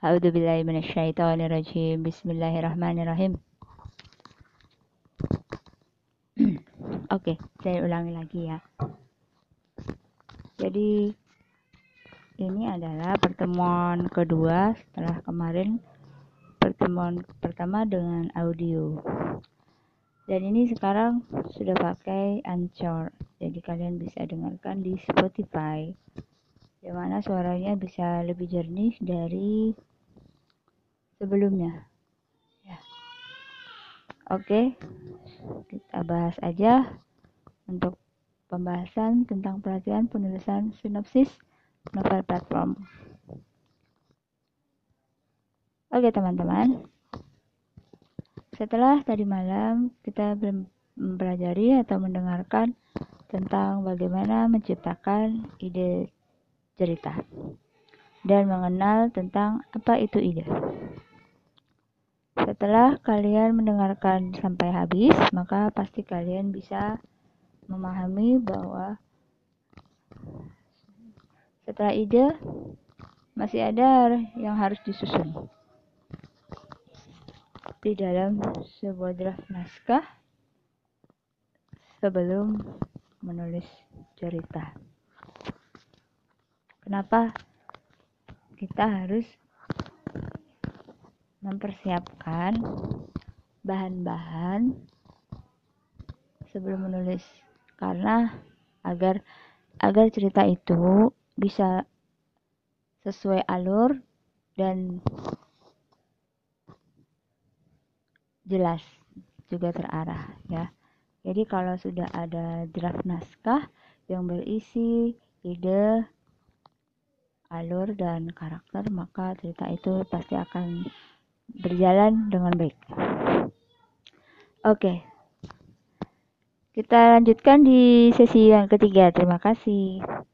A'udzubillahi minasyaitonirrajim. Bismillahirrahmanirrahim. Oke, saya ulangi lagi ya. Jadi ini adalah pertemuan kedua setelah kemarin pertemuan pertama dengan audio. Dan ini sekarang sudah pakai Anchor. Jadi kalian bisa dengarkan di Spotify. Di mana suaranya bisa lebih jernih dari sebelumnya. Ya. Oke, kita bahas aja untuk pembahasan tentang pelatihan penulisan sinopsis novel platform. Oke teman-teman, setelah tadi malam kita mempelajari atau mendengarkan tentang bagaimana menciptakan ide cerita dan mengenal tentang apa itu ide. Setelah kalian mendengarkan sampai habis, maka pasti kalian bisa memahami bahwa setelah ide masih ada yang harus disusun di dalam sebuah draft naskah sebelum menulis cerita. Kenapa kita harus mempersiapkan bahan-bahan sebelum menulis? Karena agar cerita itu bisa sesuai alur dan jelas juga terarah ya. Jadi kalau sudah ada draft naskah yang berisi ide, alur, dan karakter, maka cerita itu pasti akan berjalan dengan baik. Oke, kita lanjutkan di sesi yang ketiga. Terima kasih.